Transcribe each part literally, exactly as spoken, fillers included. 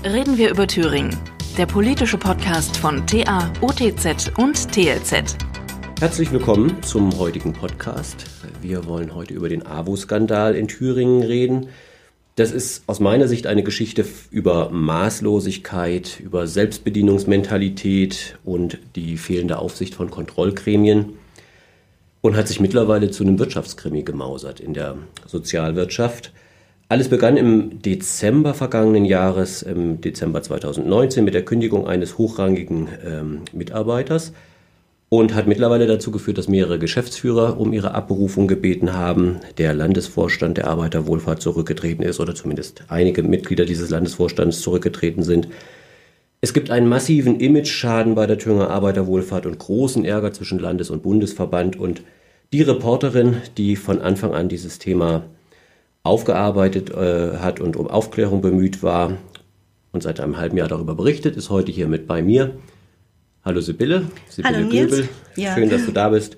Reden wir über Thüringen, der politische Podcast von T A, O T Z und T L Z. Herzlich willkommen zum heutigen Podcast. Wir wollen heute über den A W O-Skandal in Thüringen reden. Das ist aus meiner Sicht eine Geschichte über Maßlosigkeit, über Selbstbedienungsmentalität und die fehlende Aufsicht von Kontrollgremien und hat sich mittlerweile zu einem Wirtschaftskrimi gemausert in der Sozialwirtschaft. Alles begann im Dezember vergangenen Jahres, im Dezember zweitausendneunzehn, mit der Kündigung eines hochrangigen ähm, Mitarbeiters und hat mittlerweile dazu geführt, dass mehrere Geschäftsführer um ihre Abberufung gebeten haben. Der Landesvorstand der Arbeiterwohlfahrt zurückgetreten ist oder zumindest einige Mitglieder dieses Landesvorstands zurückgetreten sind. Es gibt einen massiven Imageschaden bei der Thüringer Arbeiterwohlfahrt und großen Ärger zwischen Landes- und Bundesverband. Und die Reporterin, die von Anfang an dieses Thema aufgearbeitet äh, hat und um Aufklärung bemüht war und seit einem halben Jahr darüber berichtet, ist heute hier mit bei mir. Hallo Sibylle, Sibylle Hallo Nils. Göbel, Ja. Schön, dass du da bist.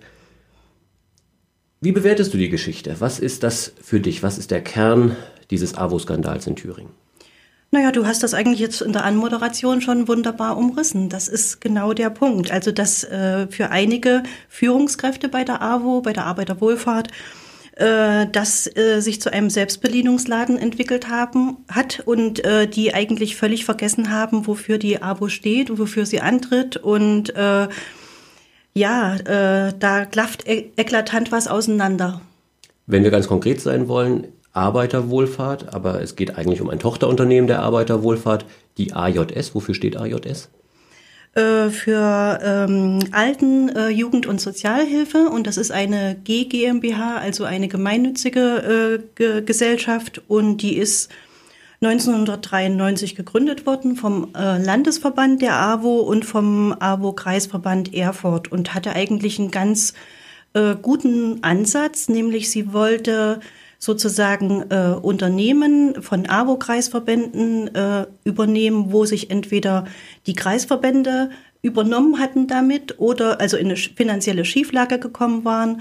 Wie bewertest du die Geschichte? Was ist das für dich? Was ist der Kern dieses A W O-Skandals in Thüringen? Naja, du hast das eigentlich jetzt in der Anmoderation schon wunderbar umrissen. Das ist genau der Punkt. Also, dass äh, für einige Führungskräfte bei der A W O, bei der Arbeiterwohlfahrt, äh, das äh, sich zu einem Selbstbedienungsladen entwickelt haben, hat und äh, die eigentlich völlig vergessen haben, wofür die A W O steht und wofür sie antritt. Und äh, ja, äh, da klafft e- eklatant was auseinander. Wenn wir ganz konkret sein wollen, Arbeiterwohlfahrt, aber es geht eigentlich um ein Tochterunternehmen der Arbeiterwohlfahrt, die A J S. Wofür steht A J S? Äh, für ähm, Alten-, äh, Jugend- und Sozialhilfe, und das ist eine G GmbH, also eine gemeinnützige äh, G- Gesellschaft, und die ist neunzehnhundertdreiundneunzig gegründet worden vom äh, Landesverband der A W O und vom A W O-Kreisverband Erfurt und hatte eigentlich einen ganz äh, guten Ansatz, nämlich sie wollte sozusagen äh, Unternehmen von A W O-Kreisverbänden äh, übernehmen, wo sich entweder die Kreisverbände übernommen hatten damit oder also in eine finanzielle Schieflage gekommen waren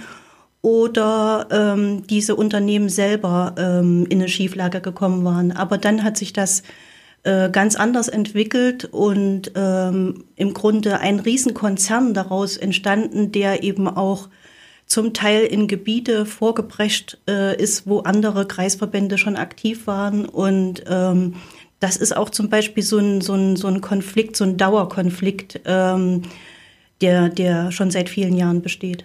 oder ähm, diese Unternehmen selber ähm, in eine Schieflage gekommen waren. Aber dann hat sich das äh, ganz anders entwickelt und ähm, im Grunde ein Riesenkonzern daraus entstanden, der eben auch zum Teil in Gebiete vorgeprescht äh, ist, wo andere Kreisverbände schon aktiv waren. Und ähm, das ist auch zum Beispiel so ein, so ein, so ein Konflikt, so ein Dauerkonflikt, ähm, der, der schon seit vielen Jahren besteht.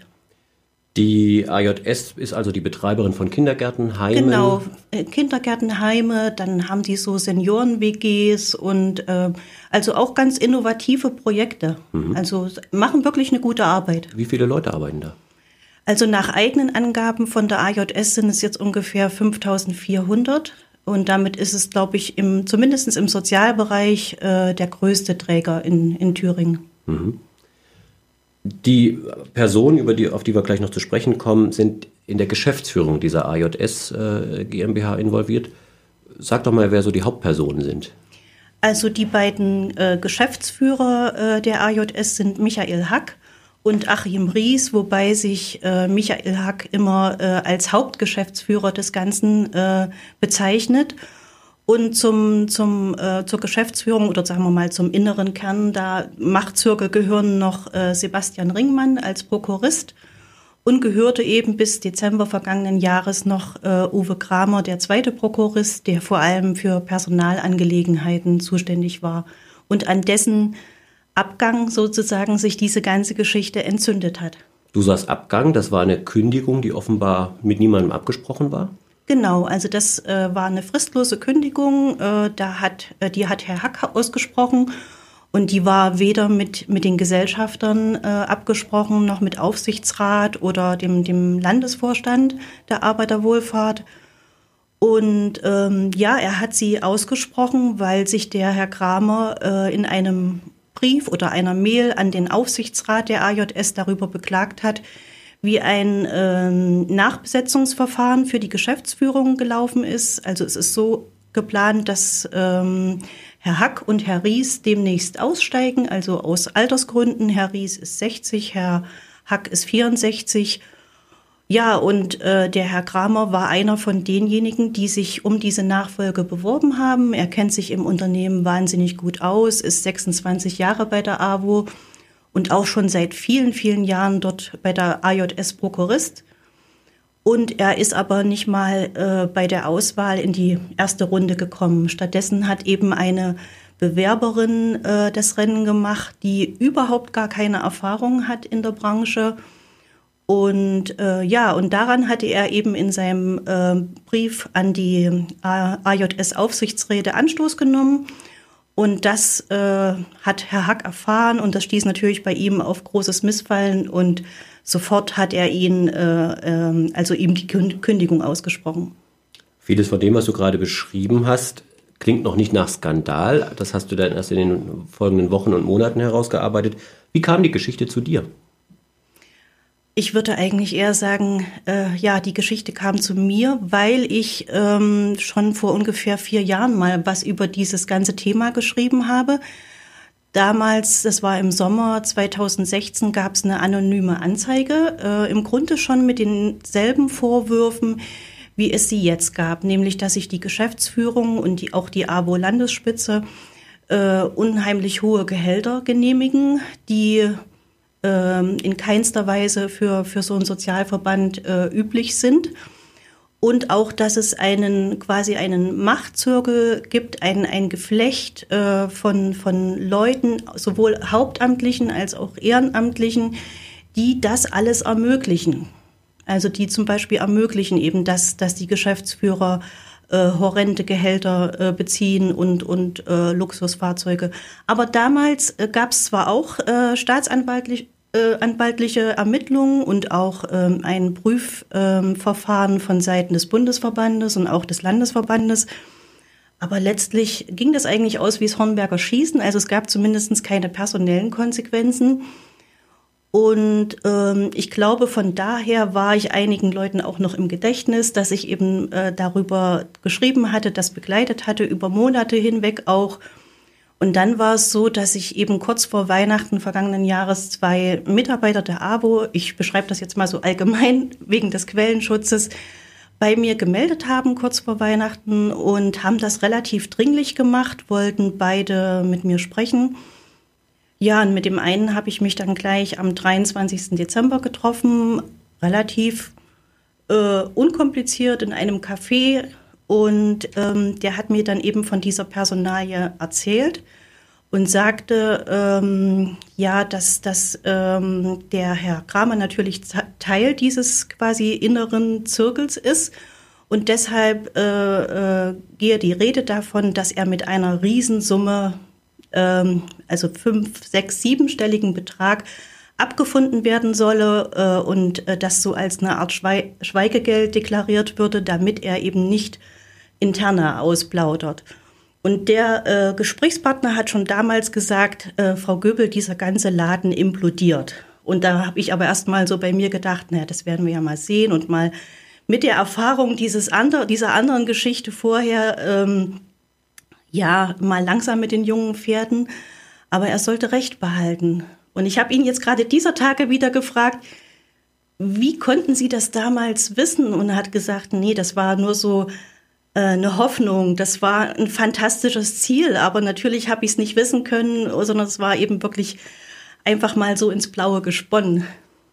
Die A J S ist also die Betreiberin von Kindergärten, Heimen. Genau, äh, Kindergärten, Heime, dann haben die so Senioren-W Gs und äh, also auch ganz innovative Projekte. Mhm. Also machen wirklich eine gute Arbeit. Wie viele Leute arbeiten da? Also nach eigenen Angaben von der A J S sind es jetzt ungefähr fünftausendvierhundert und damit ist es, glaube ich, im, zumindest im Sozialbereich äh, der größte Träger in, in Thüringen. Mhm. Die Personen, über die, auf die wir gleich noch zu sprechen kommen, sind in der Geschäftsführung dieser A J S äh, GmbH involviert. Sag doch mal, wer so die Hauptpersonen sind. Also die beiden äh, Geschäftsführer äh, der A J S sind Michael Hack und Achim Ries, wobei sich äh, Michael Hack immer äh, als Hauptgeschäftsführer des Ganzen äh, bezeichnet. Und zum, zum, äh, zur Geschäftsführung oder sagen wir mal zum inneren Kern der Machtzirkel gehören noch äh, Sebastian Ringmann als Prokurist und gehörte eben bis Dezember vergangenen Jahres noch äh, Uwe Kramer, der zweite Prokurist, der vor allem für Personalangelegenheiten zuständig war und an dessen Abgang sozusagen sich diese ganze Geschichte entzündet hat. Du sagst Abgang, das war eine Kündigung, die offenbar mit niemandem abgesprochen war? Genau, also das äh, war eine fristlose Kündigung, äh, da hat, äh, die hat Herr Hack ausgesprochen und die war weder mit, mit den Gesellschaftern äh, abgesprochen, noch mit Aufsichtsrat oder dem, dem Landesvorstand der Arbeiterwohlfahrt. Und ähm, ja, er hat sie ausgesprochen, weil sich der Herr Kramer äh, in einem Brief oder einer Mail an den Aufsichtsrat der A J S darüber beklagt hat, wie ein ähm, Nachbesetzungsverfahren für die Geschäftsführung gelaufen ist. Also es ist so geplant, dass ähm, Herr Hack und Herr Ries demnächst aussteigen, also aus Altersgründen. Herr Ries ist sechzig, Herr Hack ist vierundsechzig. Ja, und äh, der Herr Kramer war einer von denjenigen, die sich um diese Nachfolge beworben haben. Er kennt sich im Unternehmen wahnsinnig gut aus, ist sechsundzwanzig Jahre bei der A W O und auch schon seit vielen, vielen Jahren dort bei der A J S Prokurist. Und er ist aber nicht mal äh, bei der Auswahl in die erste Runde gekommen. Stattdessen hat eben eine Bewerberin äh, das Rennen gemacht, die überhaupt gar keine Erfahrung hat in der Branche. Und äh, ja, und daran hatte er eben in seinem äh, Brief an die A J S-Aufsichtsräte Anstoß genommen. Und das äh, hat Herr Hack erfahren und das stieß natürlich bei ihm auf großes Missfallen und sofort hat er ihn, äh, äh, also ihm die Kündigung ausgesprochen. Vieles von dem, was du gerade beschrieben hast, klingt noch nicht nach Skandal. Das hast du dann erst in den folgenden Wochen und Monaten herausgearbeitet. Wie kam die Geschichte zu dir? Ich würde eigentlich eher sagen, äh, ja, die Geschichte kam zu mir, weil ich ähm, schon vor ungefähr vier Jahren mal was über dieses ganze Thema geschrieben habe. Damals, das war im Sommer zweitausendsechzehn, gab es eine anonyme Anzeige, äh, im Grunde schon mit denselben Vorwürfen, wie es sie jetzt gab, nämlich, dass sich die Geschäftsführung und die, auch die A W O-Landesspitze äh, unheimlich hohe Gehälter genehmigen, die in keinster Weise für, für so einen Sozialverband äh, üblich sind. Und auch, dass es einen quasi einen Machtzirkel gibt, ein, ein Geflecht äh, von, von Leuten, sowohl Hauptamtlichen als auch Ehrenamtlichen, die das alles ermöglichen. Also die zum Beispiel ermöglichen eben, dass, dass die Geschäftsführer äh, horrende Gehälter äh, beziehen und, und äh, Luxusfahrzeuge. Aber damals äh, gab es zwar auch äh, staatsanwaltlich, äh, anwaltliche Ermittlungen und auch ähm, ein Prüfverfahren ähm, von Seiten des Bundesverbandes und auch des Landesverbandes. Aber letztlich ging das eigentlich aus wie das Hornberger Schießen. Also es gab zumindest keine personellen Konsequenzen. Und ähm, ich glaube, von daher war ich einigen Leuten auch noch im Gedächtnis, dass ich eben äh, darüber geschrieben hatte, das begleitet hatte, über Monate hinweg auch. Und dann war es so, dass ich eben kurz vor Weihnachten vergangenen Jahres zwei Mitarbeiter der A W O, ich beschreibe das jetzt mal so allgemein wegen des Quellenschutzes, bei mir gemeldet haben kurz vor Weihnachten und haben das relativ dringlich gemacht, wollten beide mit mir sprechen. Ja, und mit dem einen habe ich mich dann gleich am dreiundzwanzigsten Dezember getroffen, relativ äh, unkompliziert in einem Café. Und ähm, der hat mir dann eben von dieser Personalie erzählt und sagte, ähm, ja, dass, dass ähm, der Herr Kramer natürlich Teil dieses quasi inneren Zirkels ist. Und deshalb äh, äh, gehe die Rede davon, dass er mit einer Riesensumme, also fünf-, sechs-, siebenstelligen Betrag abgefunden werden solle äh, und äh, das so als eine Art Schwei- Schweigegeld deklariert würde, damit er eben nicht interner ausplaudert. Und der äh, Gesprächspartner hat schon damals gesagt, äh, Frau Göbel, dieser ganze Laden implodiert. Und da habe ich aber erst mal so bei mir gedacht, naja, das werden wir ja mal sehen und mal mit der Erfahrung dieses andre, dieser anderen Geschichte vorher ähm, ja, mal langsam mit den jungen Pferden, aber er sollte Recht behalten. Und ich habe ihn jetzt gerade dieser Tage wieder gefragt, wie konnten Sie das damals wissen? Und er hat gesagt, nee, das war nur so äh, eine Hoffnung, das war ein fantastisches Ziel, aber natürlich habe ich es nicht wissen können, sondern es war eben wirklich einfach mal so ins Blaue gesponnen.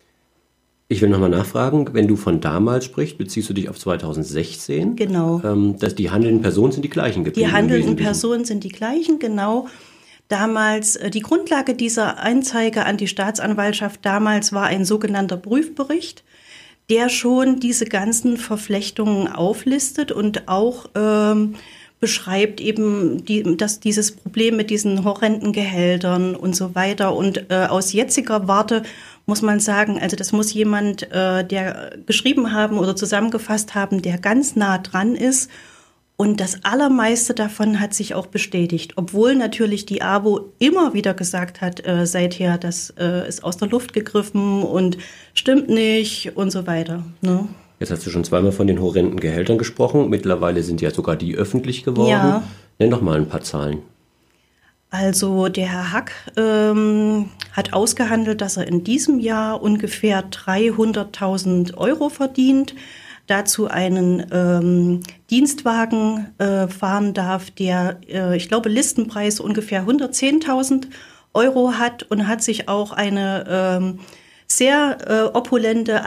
Ich will nochmal nachfragen, wenn du von damals sprichst, beziehst du dich auf zweitausendsechzehn? Genau. Ähm, dass die handelnden Personen sind die gleichen geblieben? Die handelnden Personen sind die gleichen, genau. Damals, äh, die Grundlage dieser Anzeige an die Staatsanwaltschaft damals war ein sogenannter Prüfbericht, der schon diese ganzen Verflechtungen auflistet und auch ähm, beschreibt eben die, dass dieses Problem mit diesen horrenden Gehältern und so weiter. Und äh, aus jetziger Warte muss man sagen, also das muss jemand, äh, der geschrieben haben oder zusammengefasst haben, der ganz nah dran ist. Und das Allermeiste davon hat sich auch bestätigt, obwohl natürlich die A W O immer wieder gesagt hat, äh, seither, das äh, ist aus der Luft gegriffen und stimmt nicht und so weiter. Ne? Jetzt hast du schon zweimal von den horrenden Gehältern gesprochen. Mittlerweile sind ja sogar die öffentlich geworden. Ja. Nenn doch mal ein paar Zahlen. Also der Herr Hack ähm, hat ausgehandelt, dass er in diesem Jahr ungefähr dreihunderttausend Euro verdient, dazu einen ähm, Dienstwagen äh, fahren darf, der, äh, ich glaube, Listenpreis ungefähr hundertzehntausend Euro hat und hat sich auch eine ähm, sehr äh, opulente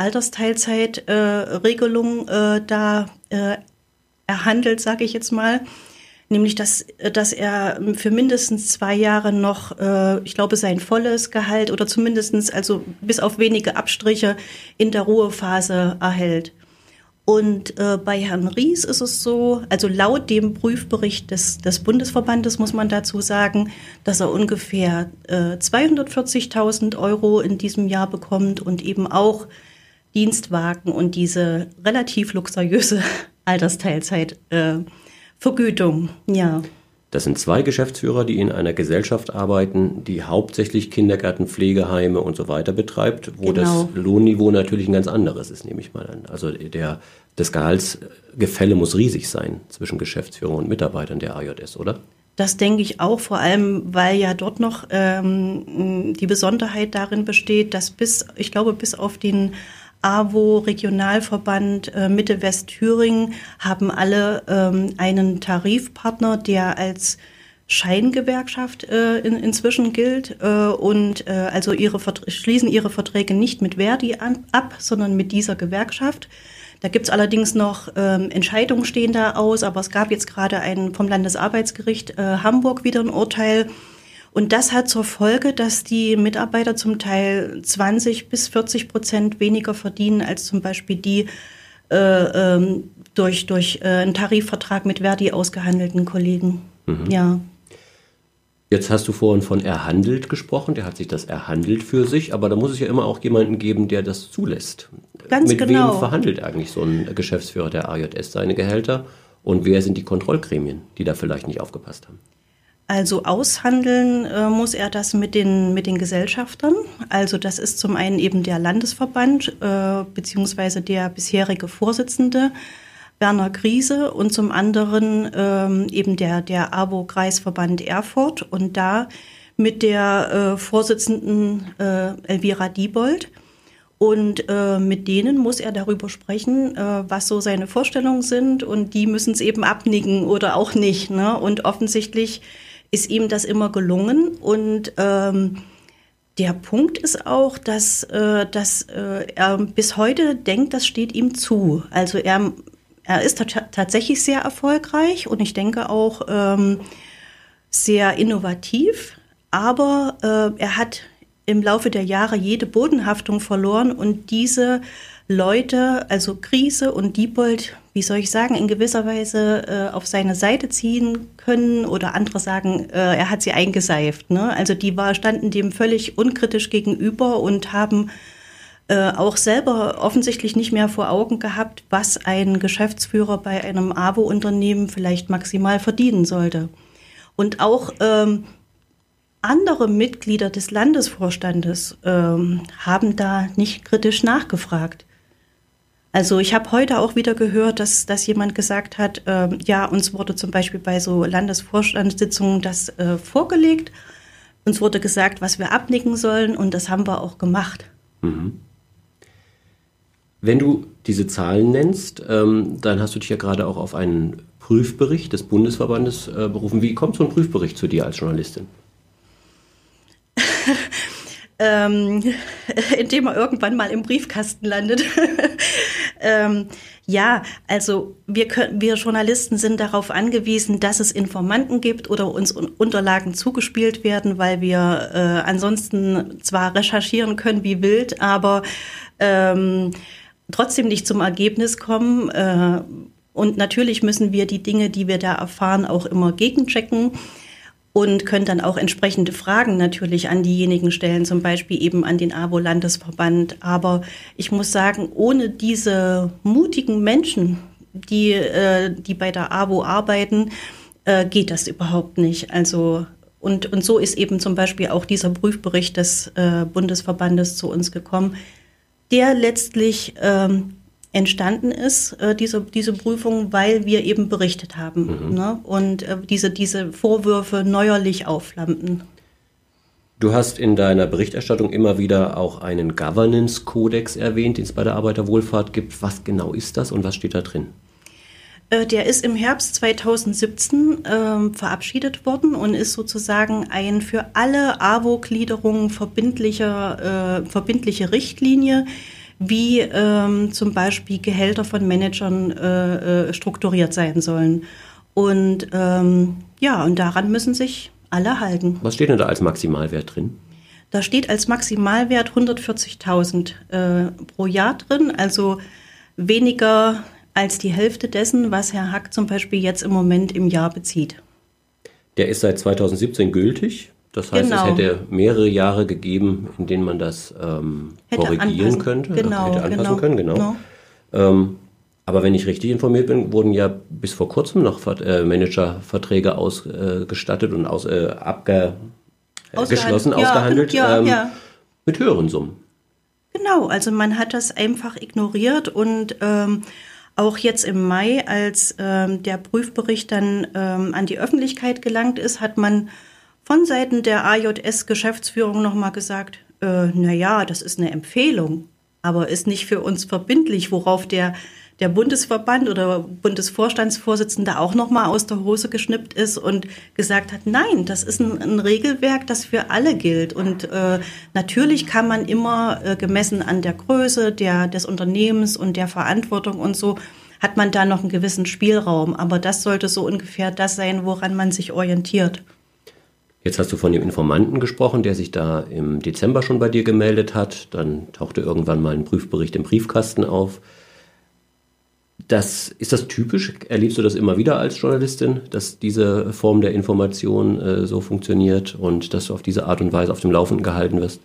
Altersteilzeitregelung äh, äh, da äh, erhandelt, sage ich jetzt mal. Nämlich, dass, dass er für mindestens zwei Jahre noch, äh, ich glaube, sein volles Gehalt oder zumindestens, also bis auf wenige Abstriche, in der Ruhephase erhält. Und äh, bei Herrn Ries ist es so, also laut dem Prüfbericht des, des Bundesverbandes muss man dazu sagen, dass er ungefähr äh, zweihundertvierzigtausend Euro in diesem Jahr bekommt und eben auch Dienstwagen und diese relativ luxuriöse Altersteilzeit äh, Vergütung, ja. Das sind zwei Geschäftsführer, die in einer Gesellschaft arbeiten, die hauptsächlich Kindergärten, Pflegeheime und so weiter betreibt, wo genau. Das Lohnniveau natürlich ein ganz anderes ist, nehme ich mal an. Also der, das Gehaltsgefälle muss riesig sein zwischen Geschäftsführern und Mitarbeitern der A J S, oder? Das denke ich auch, vor allem, weil ja dort noch ähm, die Besonderheit darin besteht, dass bis, ich glaube, bis auf den A W O-Regionalverband äh, Mitte-West-Thüringen haben alle ähm, einen Tarifpartner, der als Scheingewerkschaft äh, in, inzwischen gilt äh, und äh, also ihre Vert- schließen ihre Verträge nicht mit Verdi an, ab, sondern mit dieser Gewerkschaft. Da gibt es allerdings noch ähm, Entscheidungen stehen da aus, aber es gab jetzt gerade ein vom Landesarbeitsgericht äh, Hamburg wieder ein Urteil. Und das hat zur Folge, dass die Mitarbeiter zum Teil zwanzig bis vierzig Prozent weniger verdienen als zum Beispiel die äh, ähm, durch, durch äh, einen Tarifvertrag mit Verdi ausgehandelten Kollegen. Mhm. Ja. Jetzt hast du vorhin von erhandelt gesprochen, der hat sich das erhandelt für sich, aber da muss es ja immer auch jemanden geben, der das zulässt. Ganz mit genau. wem verhandelt eigentlich so ein Geschäftsführer der A J S seine Gehälter und wer sind die Kontrollgremien, die da vielleicht nicht aufgepasst haben? Also aushandeln äh, muss er das mit den, mit den Gesellschaftern. Also das ist zum einen eben der Landesverband äh, beziehungsweise der bisherige Vorsitzende Werner Griese und zum anderen ähm, eben der, der A W O-Kreisverband Erfurt und da mit der äh, Vorsitzenden äh, Elvira Diebold. Und äh, mit denen muss er darüber sprechen, äh, was so seine Vorstellungen sind und die müssen es eben abnicken oder auch nicht. Ne? Und offensichtlich ist ihm das immer gelungen und ähm, der Punkt ist auch, dass, äh, dass äh, er bis heute denkt, das steht ihm zu. Also er, er ist t- tatsächlich sehr erfolgreich und ich denke auch ähm, sehr innovativ, aber äh, er hat im Laufe der Jahre jede Bodenhaftung verloren und diese Leute, also Griese und Diebold, wie soll ich sagen, in gewisser Weise äh, auf seine Seite ziehen können oder andere sagen, äh, er hat sie eingeseift. Ne? Also die war, standen dem völlig unkritisch gegenüber und haben äh, auch selber offensichtlich nicht mehr vor Augen gehabt, was ein Geschäftsführer bei einem A W O-Unternehmen vielleicht maximal verdienen sollte. Und auch ähm, andere Mitglieder des Landesvorstandes ähm, haben da nicht kritisch nachgefragt. Also ich habe heute auch wieder gehört, dass, dass jemand gesagt hat, äh, ja, uns wurde zum Beispiel bei so Landesvorstandssitzungen das äh, vorgelegt. Uns wurde gesagt, was wir abnicken sollen und das haben wir auch gemacht. Mhm. Wenn du diese Zahlen nennst, ähm, dann hast du dich ja gerade auch auf einen Prüfbericht des Bundesverbandes äh, berufen. Wie kommt so ein Prüfbericht zu dir als Journalistin? ähm, indem er irgendwann mal im Briefkasten landet. ähm, ja, also wir, können, wir Journalisten sind darauf angewiesen, dass es Informanten gibt oder uns Unterlagen zugespielt werden, weil wir äh, ansonsten zwar recherchieren können wie wild, aber ähm, trotzdem nicht zum Ergebnis kommen. Äh, und natürlich müssen wir die Dinge, die wir da erfahren, auch immer gegenchecken. Und können dann auch entsprechende Fragen natürlich an diejenigen stellen, zum Beispiel eben an den A W O-Landesverband. Aber ich muss sagen, ohne diese mutigen Menschen, die, äh, die bei der A W O arbeiten, äh, geht das überhaupt nicht. Also und, und so ist eben zum Beispiel auch dieser Prüfbericht des äh, Bundesverbandes zu uns gekommen, der letztlich ähm, entstanden ist, äh, diese, diese Prüfung, weil wir eben berichtet haben, mhm. ne? Und äh, diese, diese Vorwürfe neuerlich aufflammten. Du hast in deiner Berichterstattung immer wieder auch einen Governance-Kodex erwähnt, den es bei der Arbeiterwohlfahrt gibt. Was genau ist das und was steht da drin? Äh, der ist im Herbst zweitausendsiebzehn äh, verabschiedet worden und ist sozusagen ein für alle A W O-Gliederungen verbindliche, äh, verbindliche Richtlinie, wie ähm, zum Beispiel Gehälter von Managern äh, äh, strukturiert sein sollen. Und ähm, ja, und daran müssen sich alle halten. Was steht denn da als Maximalwert drin? Da steht als Maximalwert hundertvierzigtausend äh, pro Jahr drin, also weniger als die Hälfte dessen, was Herr Hack zum Beispiel jetzt im Moment im Jahr bezieht. Der ist seit zweitausendsiebzehn gültig. Das heißt, genau. Es hätte mehrere Jahre gegeben, in denen man das ähm, korrigieren anpassen. könnte. Genau, hätte anpassen genau, können, genau. genau. Ähm, aber wenn ich richtig informiert bin, wurden ja bis vor kurzem noch äh, Managerverträge ausgestattet äh, und aus, äh, abge, äh, geschlossen, ja, ausgehandelt ja, ähm, ja. mit höheren Summen. Genau, also man hat das einfach ignoriert und ähm, auch jetzt im Mai, als ähm, der Prüfbericht dann ähm, an die Öffentlichkeit gelangt ist, hat man von Seiten der A J S-Geschäftsführung nochmal gesagt, äh, naja, das ist eine Empfehlung, aber ist nicht für uns verbindlich, worauf der, der Bundesverband oder Bundesvorstandsvorsitzende auch nochmal aus der Hose geschnippt ist und gesagt hat, nein, das ist ein, ein Regelwerk, das für alle gilt. Und äh, natürlich kann man immer äh, gemessen an der Größe der, des Unternehmens und der Verantwortung und so, hat man da noch einen gewissen Spielraum. Aber das sollte so ungefähr das sein, woran man sich orientiert. Jetzt hast du von dem Informanten gesprochen, der sich da im Dezember schon bei dir gemeldet hat. Dann tauchte irgendwann mal ein Prüfbericht im Briefkasten auf. Das, ist das typisch? Erlebst du das immer wieder als Journalistin, dass diese Form der Information äh, so funktioniert und dass du auf diese Art und Weise auf dem Laufenden gehalten wirst?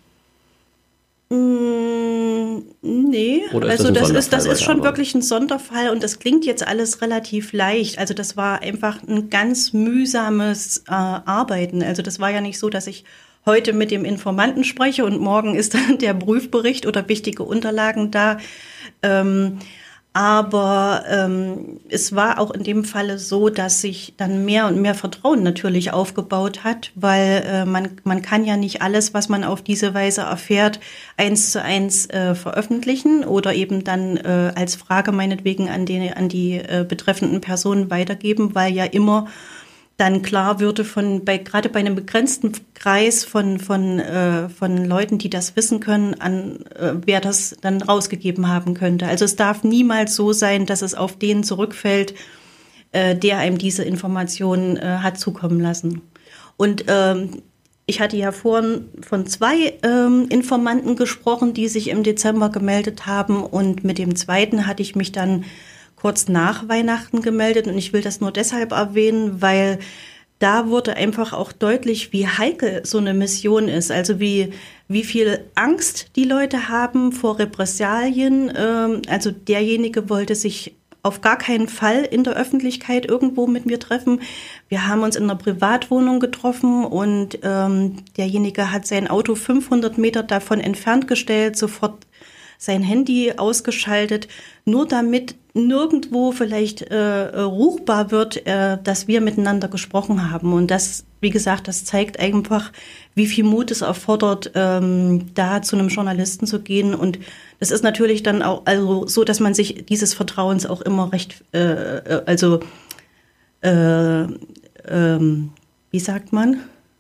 Mm, nee, Oder ist also das, das ist, das ist schon aber? wirklich ein Sonderfall und das klingt jetzt alles relativ leicht. Also das war einfach ein ganz mühsames äh, Arbeiten. Also das war ja nicht so, dass ich heute mit dem Informanten spreche und morgen ist dann der Prüfbericht oder wichtige Unterlagen da. Ähm, Aber ähm, es war auch in dem Falle so, dass sich dann mehr und mehr Vertrauen natürlich aufgebaut hat, weil äh, man, man kann ja nicht alles, was man auf diese Weise erfährt, eins zu eins äh, veröffentlichen oder eben dann äh, als Frage meinetwegen an die, an die äh, betreffenden Personen weitergeben, weil ja immer dann klar würde von bei gerade bei einem begrenzten Kreis von von äh, von Leuten, die das wissen können, an äh, wer das dann rausgegeben haben könnte. Also es darf niemals so sein, dass es auf den zurückfällt, äh, der einem diese Informationen äh, hat zukommen lassen. Und ähm, ich hatte ja vorhin von zwei ähm, Informanten gesprochen, die sich im Dezember gemeldet haben, und mit dem zweiten hatte ich mich dann kurz nach Weihnachten gemeldet, und ich will das nur deshalb erwähnen, weil da wurde einfach auch deutlich, wie heikel so eine Mission ist, also wie, wie viel Angst die Leute haben vor Repressalien. Also derjenige wollte sich auf gar keinen Fall in der Öffentlichkeit irgendwo mit mir treffen. Wir haben uns in einer Privatwohnung getroffen und ähm, derjenige hat sein Auto fünfhundert Meter davon entfernt gestellt, sofort sein Handy ausgeschaltet, nur damit nirgendwo vielleicht äh, ruchbar wird, äh, dass wir miteinander gesprochen haben. Und das, wie gesagt, das zeigt einfach, wie viel Mut es erfordert, ähm, da zu einem Journalisten zu gehen. Und das ist natürlich dann auch also so, dass man sich dieses Vertrauens auch immer recht, äh, also äh, ähm, wie sagt man,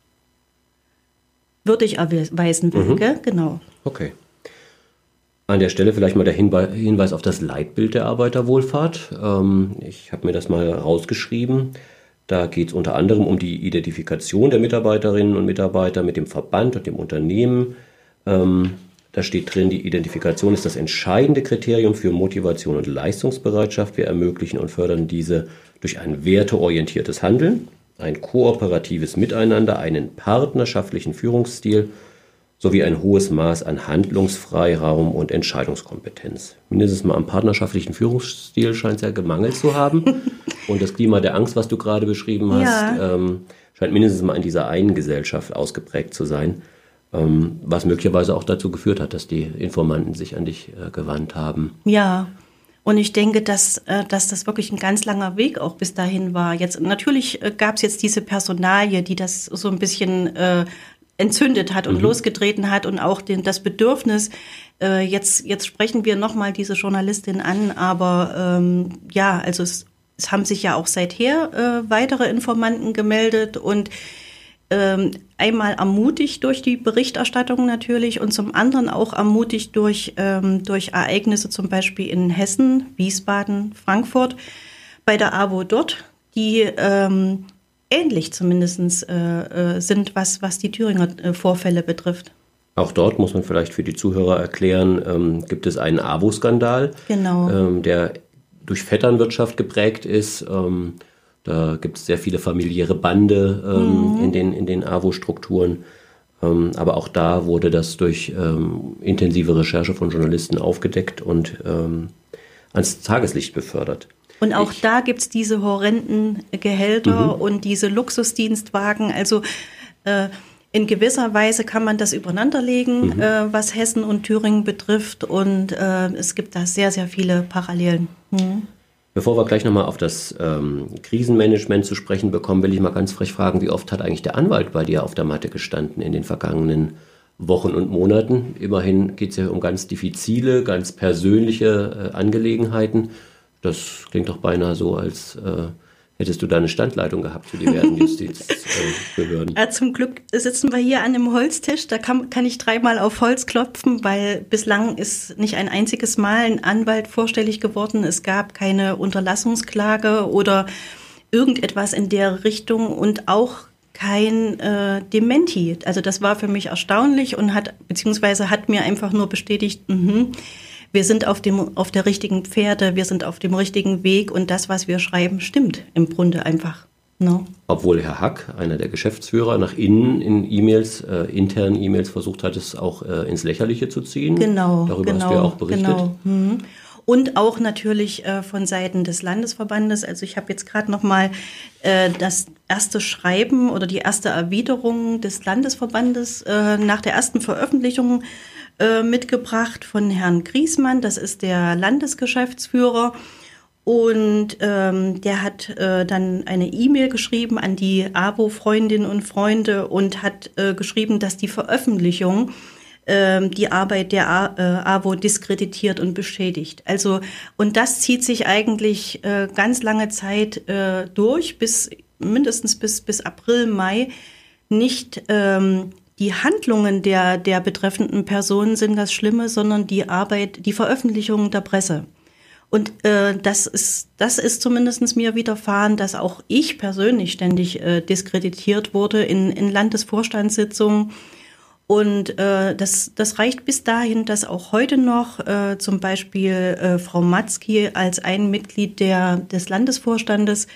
würdig erweisen will, mhm. gell? Genau. Okay. An der Stelle vielleicht mal der Hinweis auf das Leitbild der Arbeiterwohlfahrt. Ich habe mir das mal rausgeschrieben. Da geht es unter anderem um die Identifikation der Mitarbeiterinnen und Mitarbeiter mit dem Verband und dem Unternehmen. Da steht drin, die Identifikation ist das entscheidende Kriterium für Motivation und Leistungsbereitschaft. Wir ermöglichen und fördern diese durch ein werteorientiertes Handeln, ein kooperatives Miteinander, einen partnerschaftlichen Führungsstil sowie ein hohes Maß an Handlungsfreiraum und Entscheidungskompetenz. Mindestens mal am partnerschaftlichen Führungsstil scheint es ja gemangelt zu haben. Und das Klima der Angst, was du gerade beschrieben hast, ja. ähm, scheint mindestens mal in dieser einen Gesellschaft ausgeprägt zu sein, ähm, was möglicherweise auch dazu geführt hat, dass die Informanten sich an dich äh, gewandt haben. Ja, Und ich denke, dass, dass das wirklich ein ganz langer Weg auch bis dahin war. Jetzt natürlich gab es jetzt diese Personalie, die das so ein bisschen äh, entzündet hat und mhm. losgetreten hat und auch den, das Bedürfnis. Äh, jetzt, jetzt sprechen wir nochmal diese Journalistin an, aber ähm, ja, also es, es haben sich ja auch seither äh, weitere Informanten gemeldet und ähm, einmal ermutigt durch die Berichterstattung natürlich und zum anderen auch ermutigt durch, ähm, durch Ereignisse zum Beispiel in Hessen, Wiesbaden, Frankfurt, bei der AWO dort, die ähm, ähnlich zumindest äh, sind, was, was die Thüringer äh, Vorfälle betrifft. Auch dort muss man vielleicht für die Zuhörer erklären, ähm, gibt es einen AWO-Skandal, genau. ähm, der durch Vetternwirtschaft geprägt ist. Ähm, Da gibt es sehr viele familiäre Bande ähm, mhm. in den, in den AWO-Strukturen. Ähm, aber auch da wurde das durch ähm, intensive Recherche von Journalisten aufgedeckt und ähm, ans Tageslicht befördert. Und auch ich, da gibt es diese horrenden Gehälter mhm. und diese Luxusdienstwagen. Also äh, in gewisser Weise kann man das übereinanderlegen, mhm. äh, was Hessen und Thüringen betrifft. Und äh, es gibt da sehr, sehr viele Parallelen. Mhm. Bevor wir gleich nochmal auf das ähm, Krisenmanagement zu sprechen bekommen, will ich mal ganz frech fragen, wie oft hat eigentlich der Anwalt bei dir auf der Matte gestanden in den vergangenen Wochen und Monaten? Immerhin geht es ja um ganz diffizile, ganz persönliche äh, Angelegenheiten. Das klingt doch beinahe so, als äh, hättest du da eine Standleitung gehabt zu diversen Justizbehörden. Äh, ja, zum Glück sitzen wir hier an einem Holztisch. Da kann, kann ich dreimal auf Holz klopfen, weil bislang ist nicht ein einziges Mal ein Anwalt vorstellig geworden. Es gab keine Unterlassungsklage oder irgendetwas in der Richtung und auch kein äh, Dementi. Also das war für mich erstaunlich und hat beziehungsweise hat mir einfach nur bestätigt, mh, wir sind auf dem, auf der richtigen Pferde, wir sind auf dem richtigen Weg und das, was wir schreiben, stimmt im Grunde einfach. No. Obwohl Herr Hack, einer der Geschäftsführer, nach innen in E-Mails, äh, internen E-Mails versucht hat, es auch äh, ins Lächerliche zu ziehen. Genau, Darüber genau, hast du ja auch berichtet. Genau. Mhm. Und auch natürlich äh, von Seiten des Landesverbandes. Also ich habe jetzt gerade noch mal äh, das erste Schreiben oder die erste Erwiderung des Landesverbandes äh, nach der ersten Veröffentlichung äh, mitgebracht von Herrn Griesmann. Das ist der Landesgeschäftsführer. Und ähm, der hat äh, dann eine E-Mail geschrieben an die AWO-Freundinnen und Freunde und hat äh, geschrieben, dass die Veröffentlichung die Arbeit der AWO diskreditiert und beschädigt. Also, und das zieht sich eigentlich äh, ganz lange Zeit äh, durch, bis mindestens bis, bis April, Mai. Nicht ähm, die Handlungen der, der betreffenden Personen sind das Schlimme, sondern die Arbeit, die Veröffentlichung der Presse. Und äh, das ist, das ist zumindest mir widerfahren, dass auch ich persönlich ständig äh, diskreditiert wurde in, in Landesvorstandssitzungen. Und äh, das, das reicht bis dahin, dass auch heute noch äh, zum Beispiel äh, Frau Matzki als ein Mitglied der, des Landesvorstandes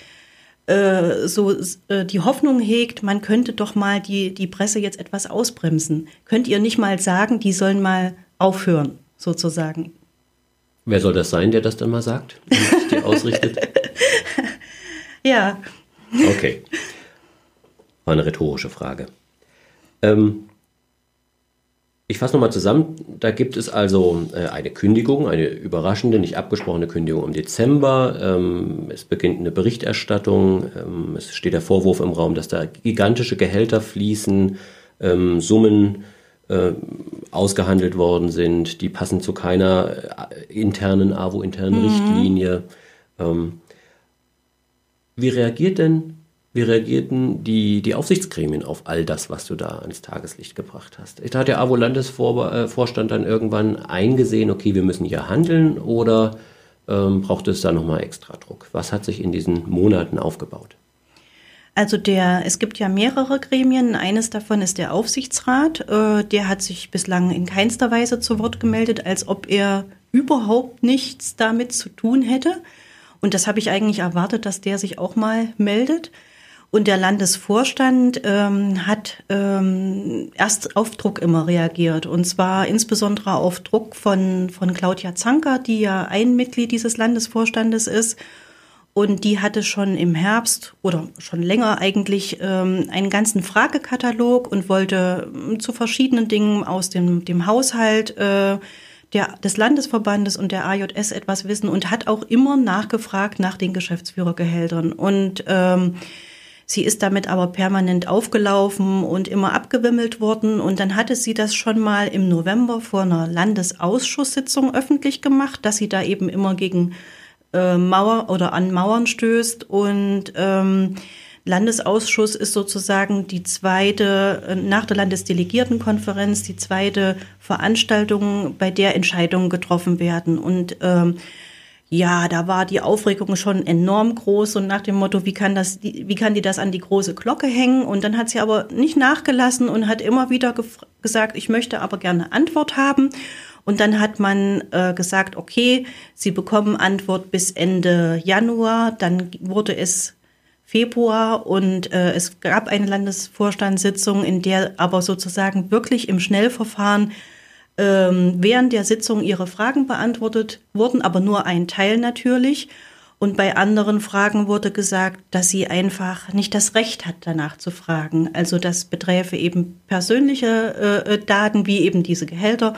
äh, so äh, die Hoffnung hegt, man könnte doch mal die, die Presse jetzt etwas ausbremsen. Könnt ihr nicht mal sagen, die sollen mal aufhören, sozusagen? Wer soll das sein, der das dann mal sagt und die ausrichtet? Ja. Okay. War eine rhetorische Frage. Ähm, Ich fasse nochmal zusammen, da gibt es also äh, eine Kündigung, eine überraschende, nicht abgesprochene Kündigung im Dezember. Ähm, es beginnt eine Berichterstattung, ähm, es steht der Vorwurf im Raum, dass da gigantische Gehälter fließen, ähm, Summen äh, ausgehandelt worden sind, die passen zu keiner äh, internen, AWO-internen mhm. Richtlinie. Ähm, wie reagiert denn Wie reagierten die, die Aufsichtsgremien auf all das, was du da ans Tageslicht gebracht hast? Da hat der AWO-Landesvorstand dann irgendwann eingesehen, okay, wir müssen hier handeln, oder ähm, braucht es da nochmal extra Druck? Was hat sich in diesen Monaten aufgebaut? Also der, es gibt ja mehrere Gremien. Eines davon ist der Aufsichtsrat. Äh, der hat sich bislang in keinster Weise zu Wort gemeldet, als ob er überhaupt nichts damit zu tun hätte. Und das habe ich eigentlich erwartet, dass der sich auch mal meldet. Und der Landesvorstand ähm, hat ähm, erst auf Druck immer reagiert. Und zwar insbesondere auf Druck von, von Claudia Zanker, die ja ein Mitglied dieses Landesvorstandes ist. Und die hatte schon im Herbst oder schon länger eigentlich ähm, einen ganzen Fragekatalog und wollte äh, zu verschiedenen Dingen aus dem, dem Haushalt äh, der, des Landesverbandes und der A J S etwas wissen und hat auch immer nachgefragt nach den Geschäftsführergehältern. Und ähm, sie ist damit aber permanent aufgelaufen und immer abgewimmelt worden. Und dann hatte sie das schon mal im November vor einer Landesausschusssitzung öffentlich gemacht, dass sie da eben immer gegen äh, Mauer oder an Mauern stößt. Und ähm, Landesausschuss ist sozusagen die zweite, nach der Landesdelegiertenkonferenz, die zweite Veranstaltung, bei der Entscheidungen getroffen werden. Und ähm, ja, da war die Aufregung schon enorm groß und nach dem Motto, wie kann das, wie kann die das an die große Glocke hängen? Und dann hat sie aber nicht nachgelassen und hat immer wieder gef- gesagt, ich möchte aber gerne Antwort haben. Und dann hat man äh, gesagt, okay, Sie bekommen Antwort bis Ende Januar. Dann wurde es Februar und äh, es gab eine Landesvorstandssitzung, in der aber sozusagen wirklich im Schnellverfahren ähm, während der Sitzung ihre Fragen beantwortet wurden, aber nur ein Teil natürlich. Und bei anderen Fragen wurde gesagt, dass sie einfach nicht das Recht hat, danach zu fragen. Also das beträfe eben persönliche äh, Daten, wie eben diese Gehälter.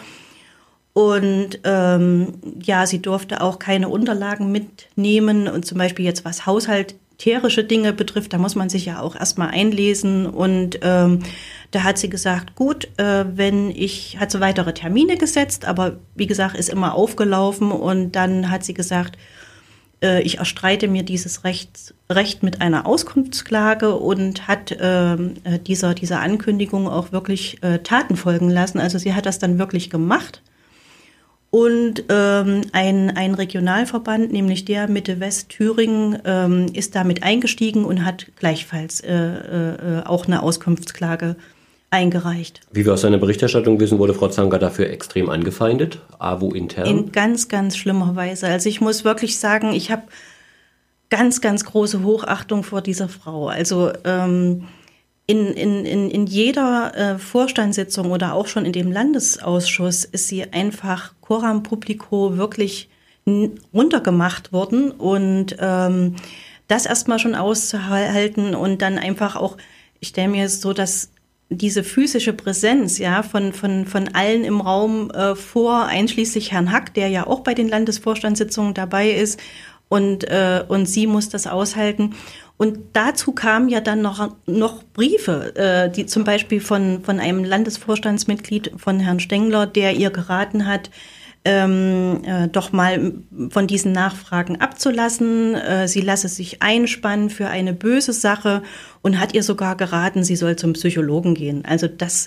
Und ähm, ja, sie durfte auch keine Unterlagen mitnehmen und zum Beispiel jetzt was Haushalt militärische Dinge betrifft, da muss man sich ja auch erstmal einlesen. Und ähm, da hat sie gesagt, gut, äh, wenn ich, hat sie weitere Termine gesetzt, aber wie gesagt, ist immer aufgelaufen. Und dann hat sie gesagt, äh, ich erstreite mir dieses Recht, Recht mit einer Auskunftsklage und hat äh, dieser, dieser Ankündigung auch wirklich äh, Taten folgen lassen. Also sie hat das dann wirklich gemacht. Und ähm, ein, ein Regionalverband, nämlich der Mitte-West-Thüringen, ähm, ist damit eingestiegen und hat gleichfalls äh, äh, auch eine Auskunftsklage eingereicht. Wie wir aus seiner Berichterstattung wissen, wurde Frau Zanker dafür extrem angefeindet, A W O intern. In ganz, ganz schlimmer Weise. Also ich muss wirklich sagen, ich habe ganz, ganz große Hochachtung vor dieser Frau. Also ähm, In, in, in, in jeder äh, Vorstandssitzung oder auch schon in dem Landesausschuss ist sie einfach coram publico wirklich n- runtergemacht worden und ähm, das erstmal schon auszuhalten und dann einfach auch, ich stelle mir so, dass diese physische Präsenz ja von, von, von allen im Raum äh, vor, einschließlich Herrn Hack, der ja auch bei den Landesvorstandssitzungen dabei ist und, äh, und sie muss das aushalten. Und dazu kamen ja dann noch, noch Briefe, äh, die zum Beispiel von, von einem Landesvorstandsmitglied, von Herrn Stengler, der ihr geraten hat, ähm, äh, doch mal von diesen Nachfragen abzulassen. Äh, sie lasse sich einspannen für eine böse Sache und hat ihr sogar geraten, sie soll zum Psychologen gehen. Also das...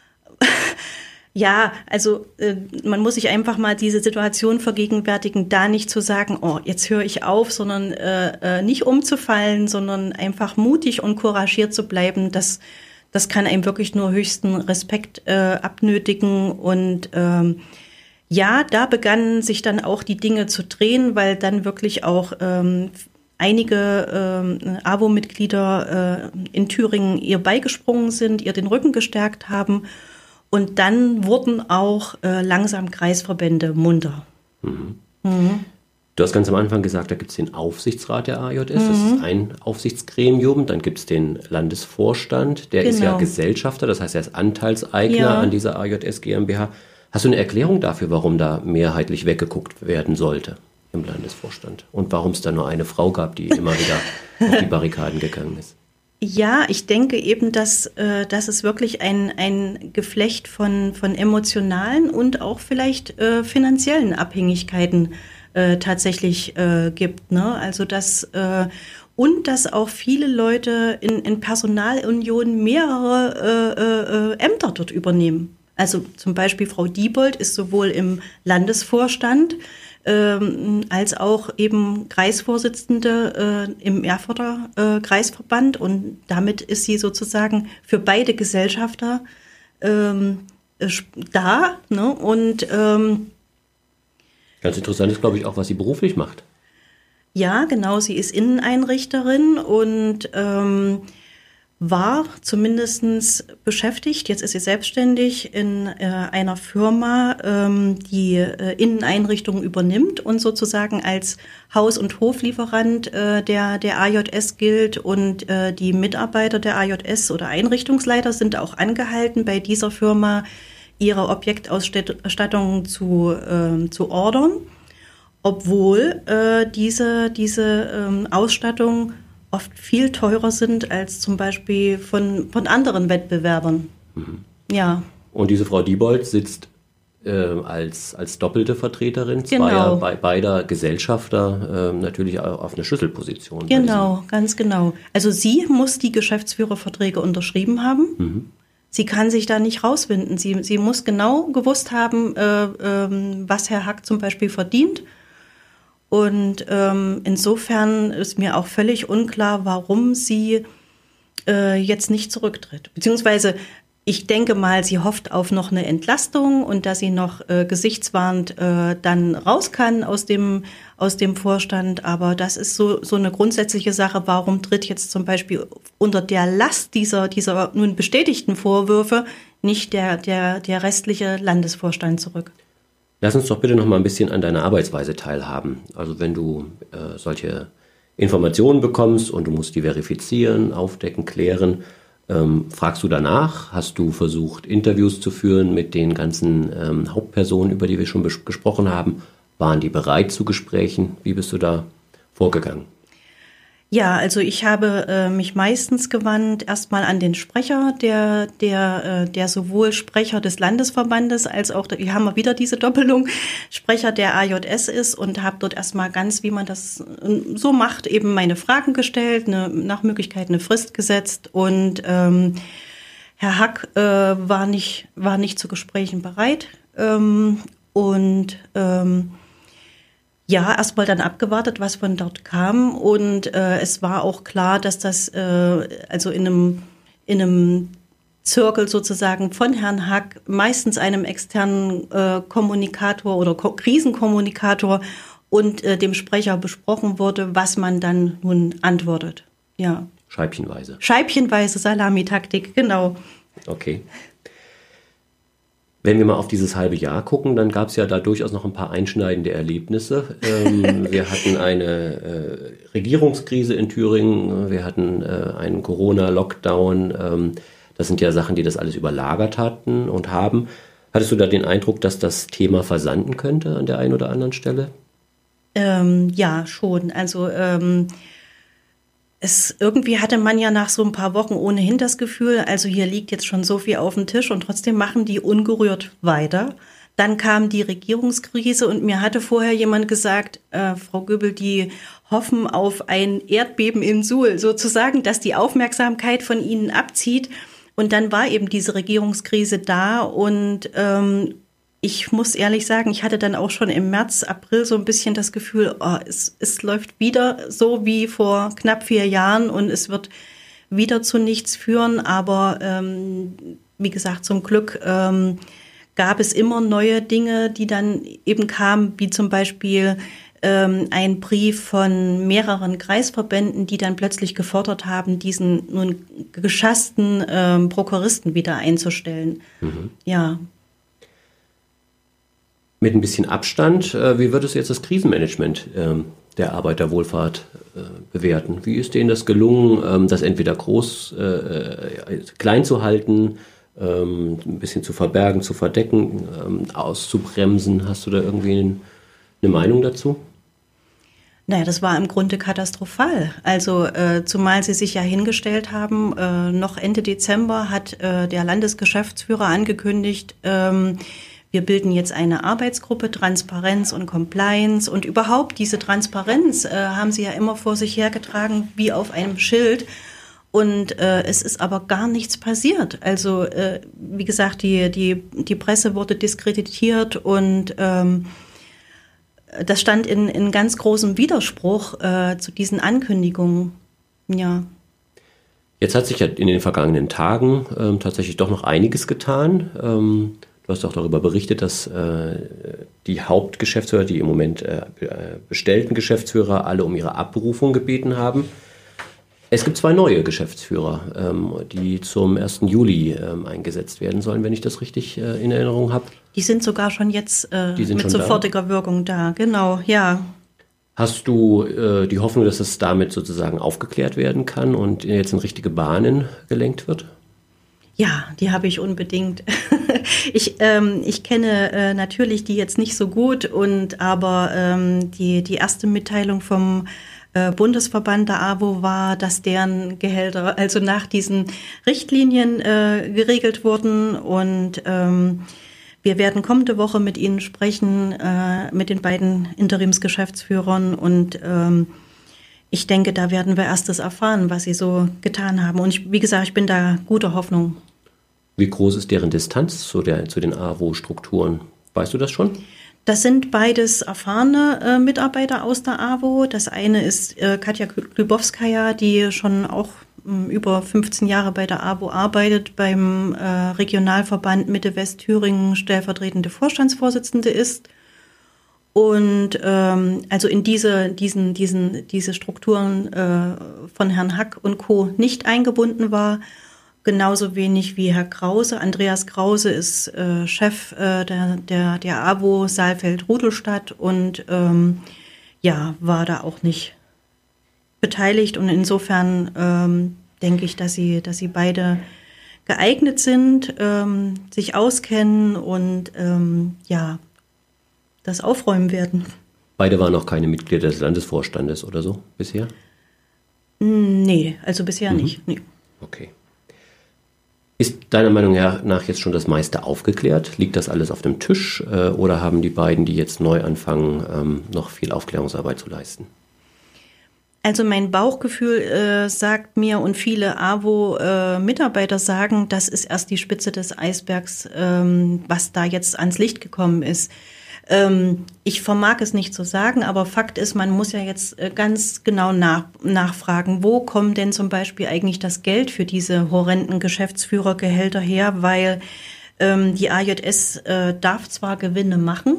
Ja, also äh, man muss sich einfach mal diese Situation vergegenwärtigen, da nicht zu sagen, oh, jetzt höre ich auf, sondern äh, äh, nicht umzufallen, sondern einfach mutig und couragiert zu bleiben. Das, das kann einem wirklich nur höchsten Respekt äh, abnötigen. Und ähm, ja, da begannen sich dann auch die Dinge zu drehen, weil dann wirklich auch ähm, einige ähm, A W O-Mitglieder äh, in Thüringen ihr beigesprungen sind, ihr den Rücken gestärkt haben. Und dann wurden auch äh, langsam Kreisverbände munter. Mhm. Mhm. Du hast ganz am Anfang gesagt, da gibt es den Aufsichtsrat der A J S, mhm. das ist ein Aufsichtsgremium. Dann gibt es den Landesvorstand, der genau. ist ja Gesellschafter, das heißt, er ist Anteilseigner ja. an dieser A J S GmbH. Hast du eine Erklärung dafür, warum da mehrheitlich weggeguckt werden sollte im Landesvorstand? Und warum es da nur eine Frau gab, die immer wieder auf die Barrikaden gegangen ist? Ja, ich denke eben, dass, äh, dass es wirklich ein, ein Geflecht von, von emotionalen und auch vielleicht äh, finanziellen Abhängigkeiten äh, tatsächlich äh, gibt. Ne? Also dass, äh, und dass auch viele Leute in, in Personalunion mehrere äh, äh, Ämter dort übernehmen. Also zum Beispiel Frau Diebold ist sowohl im Landesvorstand Ähm, als auch eben Kreisvorsitzende äh, im Erfurter äh, Kreisverband und damit ist sie sozusagen für beide Gesellschafter ähm, da. Ne? Und ähm, ganz interessant ist, glaube ich, auch, was sie beruflich macht. Ja, genau, sie ist Inneneinrichterin und ähm, war zumindest beschäftigt, jetzt ist sie selbstständig in äh, einer Firma, ähm, die äh, Inneneinrichtungen übernimmt und sozusagen als Haus- und Hoflieferant äh, der, der A J S gilt und äh, die Mitarbeiter der A J S oder Einrichtungsleiter sind auch angehalten, bei dieser Firma ihre Objektausstattung zu, äh, zu ordern, obwohl äh, diese, diese ähm, Ausstattung oft viel teurer sind als zum Beispiel von, von anderen Wettbewerbern. Mhm. Ja. Und diese Frau Diebold sitzt äh, als, als doppelte Vertreterin zweier, genau. be, beider Gesellschafter äh, natürlich auf eine Schlüsselposition. Genau, ganz genau. Also sie muss die Geschäftsführerverträge unterschrieben haben. Mhm. Sie kann sich da nicht rauswinden. Sie, sie muss genau gewusst haben, äh, äh, was Herr Hack zum Beispiel verdient. Und ähm, insofern ist mir auch völlig unklar, warum sie äh, jetzt nicht zurücktritt. Beziehungsweise ich denke mal, sie hofft auf noch eine Entlastung und dass sie noch äh, gesichtswahrend äh, dann raus kann aus dem, aus dem Vorstand. Aber das ist so, so eine grundsätzliche Sache. Warum tritt jetzt zum Beispiel unter der Last dieser, dieser nun bestätigten Vorwürfe nicht der, der, der restliche Landesvorstand zurück? Lass uns doch bitte noch mal ein bisschen an deiner Arbeitsweise teilhaben. Also wenn du äh, solche Informationen bekommst und du musst die verifizieren, aufdecken, klären, ähm, fragst du danach? Hast du versucht, Interviews zu führen mit den ganzen ähm, Hauptpersonen, über die wir schon bes- gesprochen haben? Waren die bereit zu Gesprächen? Wie bist du da vorgegangen? Ja, also ich habe äh, mich meistens gewandt erstmal an den Sprecher, der der äh, der sowohl Sprecher des Landesverbandes als auch, hier haben wir wieder diese Doppelung, Sprecher der A J S ist und habe dort erstmal ganz, wie man das so macht, eben meine Fragen gestellt, eine, nach Möglichkeit eine Frist gesetzt und ähm, Herr Hack äh, war nicht war nicht zu Gesprächen bereit ähm, und ähm, ja, erstmal dann abgewartet, was von dort kam und äh, es war auch klar, dass das äh, also in einem, in einem Zirkel sozusagen von Herrn Hack, meistens einem externen äh, Kommunikator oder Ko- Krisenkommunikator und äh, dem Sprecher besprochen wurde, was man dann nun antwortet. Ja. Scheibchenweise. Scheibchenweise, Salamitaktik, genau. Okay. Wenn wir mal auf dieses halbe Jahr gucken, dann gab es ja da durchaus noch ein paar einschneidende Erlebnisse. Ähm, wir hatten eine äh, Regierungskrise in Thüringen, wir hatten äh, einen Corona-Lockdown. Ähm, das sind ja Sachen, die das alles überlagert hatten und haben. Hattest du da den Eindruck, dass das Thema versanden könnte an der einen oder anderen Stelle? Ähm, ja, schon. Also ähm Es, irgendwie hatte man ja nach so ein paar Wochen ohnehin das Gefühl, also hier liegt jetzt schon so viel auf dem Tisch und trotzdem machen die ungerührt weiter. Dann kam die Regierungskrise und mir hatte vorher jemand gesagt, äh, Frau Göbel, die hoffen auf ein Erdbeben in Suhl, sozusagen, dass die Aufmerksamkeit von ihnen abzieht. Und dann war eben diese Regierungskrise da und ähm, ich muss ehrlich sagen, ich hatte dann auch schon im März, April so ein bisschen das Gefühl, oh, es, es läuft wieder so wie vor knapp vier Jahren und es wird wieder zu nichts führen. Aber ähm, wie gesagt, zum Glück ähm, gab es immer neue Dinge, die dann eben kamen, wie zum Beispiel ähm, ein Brief von mehreren Kreisverbänden, die dann plötzlich gefordert haben, diesen nun geschassten ähm, Prokuristen wieder einzustellen. Mhm. Ja. Mit ein bisschen Abstand, äh, wie würdest du jetzt das Krisenmanagement ähm, der Arbeiterwohlfahrt äh, bewerten? Wie ist denen das gelungen, ähm, das entweder groß, äh, klein zu halten, ähm, ein bisschen zu verbergen, zu verdecken, ähm, auszubremsen? Hast du da irgendwie eine, eine Meinung dazu? Naja, das war im Grunde katastrophal. Also äh, zumal sie sich ja hingestellt haben, äh, noch Ende Dezember hat äh, der Landesgeschäftsführer angekündigt, ähm, wir bilden jetzt eine Arbeitsgruppe, Transparenz und Compliance. Und überhaupt diese Transparenz äh, haben sie ja immer vor sich hergetragen, wie auf einem Schild. Und äh, es ist aber gar nichts passiert. Also äh, wie gesagt, die, die, die Presse wurde diskreditiert und ähm, das stand in, in ganz großem Widerspruch äh, zu diesen Ankündigungen. Ja. Jetzt hat sich ja in den vergangenen Tagen ähm, tatsächlich doch noch einiges getan. Ähm Du hast auch darüber berichtet, dass äh, die Hauptgeschäftsführer, die im Moment äh, bestellten Geschäftsführer, alle um ihre Abberufung gebeten haben. Es gibt zwei neue Geschäftsführer, ähm, die zum ersten Juli ähm, eingesetzt werden sollen, wenn ich das richtig äh, in Erinnerung habe. Die sind sogar schon jetzt äh, mit schon sofortiger da. Wirkung da, genau, ja. Hast du äh, die Hoffnung, dass es damit sozusagen aufgeklärt werden kann und jetzt in richtige Bahnen gelenkt wird? Ja, die habe ich unbedingt. ich, ähm, ich kenne äh, natürlich die jetzt nicht so gut, und aber ähm, die, die erste Mitteilung vom äh, Bundesverband der A W O war, dass deren Gehälter also nach diesen Richtlinien äh, geregelt wurden, und ähm, wir werden kommende Woche mit Ihnen sprechen, äh, mit den beiden Interimsgeschäftsführern, und ähm, ich denke, da werden wir erstes erfahren, was sie so getan haben. Und ich, wie gesagt, ich bin da guter Hoffnung. Wie groß ist deren Distanz zu, der, zu den A W O-Strukturen? Weißt du das schon? Das sind beides erfahrene äh, Mitarbeiter aus der A W O. Das eine ist äh, Katja Klybowskaja, die schon auch äh, über fünfzehn Jahre bei der A W O arbeitet, beim äh, Regionalverband Mitte-West-Thüringen stellvertretende Vorstandsvorsitzende ist. Und ähm, also in diese, diesen, diesen, diese Strukturen äh, von Herrn Hack und Co. nicht eingebunden war. Genauso wenig wie Herr Krause. Andreas Krause ist äh, Chef äh, der, der, der A W O Saalfeld-Rudolstadt und ähm, ja, war da auch nicht beteiligt. Und insofern ähm, denke ich, dass sie, dass sie beide geeignet sind, ähm, sich auskennen und ähm, ja, das aufräumen werden. Beide waren auch keine Mitglieder des Landesvorstandes oder so bisher? Nee, also bisher mhm. nicht. Nee. Okay. Ist deiner Meinung nach jetzt schon das meiste aufgeklärt? Liegt das alles auf dem Tisch äh, oder haben die beiden, die jetzt neu anfangen, ähm, noch viel Aufklärungsarbeit zu leisten? Also mein Bauchgefühl äh, sagt mir, und viele A W O-Mitarbeiter äh, sagen, das ist erst die Spitze des Eisbergs, ähm, was da jetzt ans Licht gekommen ist. Ähm, ich vermag es nicht zu sagen, aber Fakt ist, man muss ja jetzt äh, ganz genau nach, nachfragen, wo kommt denn zum Beispiel eigentlich das Geld für diese horrenden Geschäftsführergehälter her, weil ähm, die A J S äh, darf zwar Gewinne machen,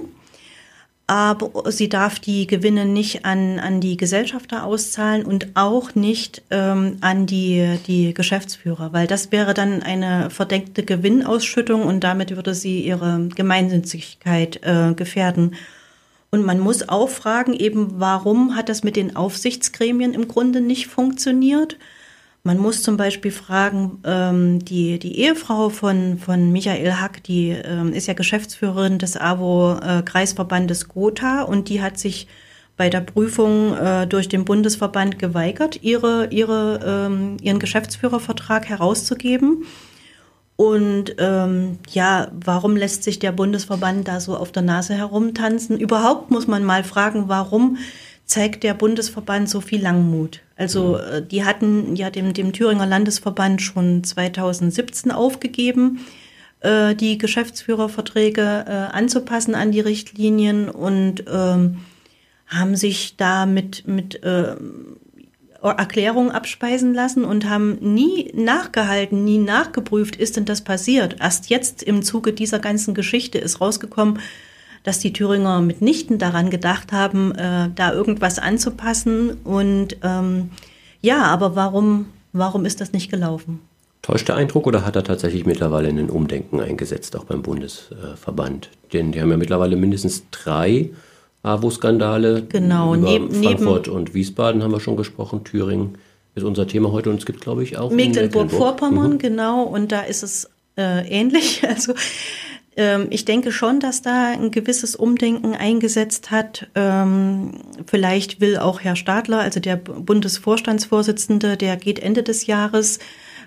aber sie darf die Gewinne nicht an, an die Gesellschafter auszahlen und auch nicht ähm, an die, die Geschäftsführer, weil das wäre dann eine verdeckte Gewinnausschüttung und damit würde sie ihre Gemeinnützigkeit äh, gefährden. Und man muss auch fragen, eben, warum hat das mit den Aufsichtsgremien im Grunde nicht funktioniert? Man muss zum Beispiel fragen, ähm, die, die Ehefrau von, von Michael Hack, die ähm, ist ja Geschäftsführerin des A W O-Kreisverbandes Gotha, und die hat sich bei der Prüfung äh, durch den Bundesverband geweigert, ihre, ihre, ähm, ihren Geschäftsführervertrag herauszugeben. Und ähm, ja, warum lässt sich der Bundesverband da so auf der Nase herumtanzen? Überhaupt muss man mal fragen, warum zeigt der Bundesverband so viel Langmut? Also die hatten ja dem, dem Thüringer Landesverband schon zweitausendsiebzehn aufgegeben, äh, die Geschäftsführerverträge äh, anzupassen an die Richtlinien, und ähm, haben sich da mit, mit äh, Erklärungen abspeisen lassen und haben nie nachgehalten, nie nachgeprüft, ist denn das passiert. Erst jetzt im Zuge dieser ganzen Geschichte ist rausgekommen, dass die Thüringer mitnichten daran gedacht haben, äh, da irgendwas anzupassen. Und ähm, ja, aber warum, warum ist das nicht gelaufen? Täuscht der Eindruck oder hat er tatsächlich mittlerweile ein Umdenken eingesetzt, auch beim Bundesverband? Denn die haben ja mittlerweile mindestens drei A W O-Skandale. Genau. Über neben, Frankfurt neben und Wiesbaden haben wir schon gesprochen. Thüringen ist unser Thema heute, und es gibt, glaube ich, auch Mecklenburg-Vorpommern, mhm. genau. Und da ist es äh, ähnlich. Also ich denke schon, dass da ein gewisses Umdenken eingesetzt hat. Vielleicht will auch Herr Stadler, also der Bundesvorstandsvorsitzende, der geht Ende des Jahres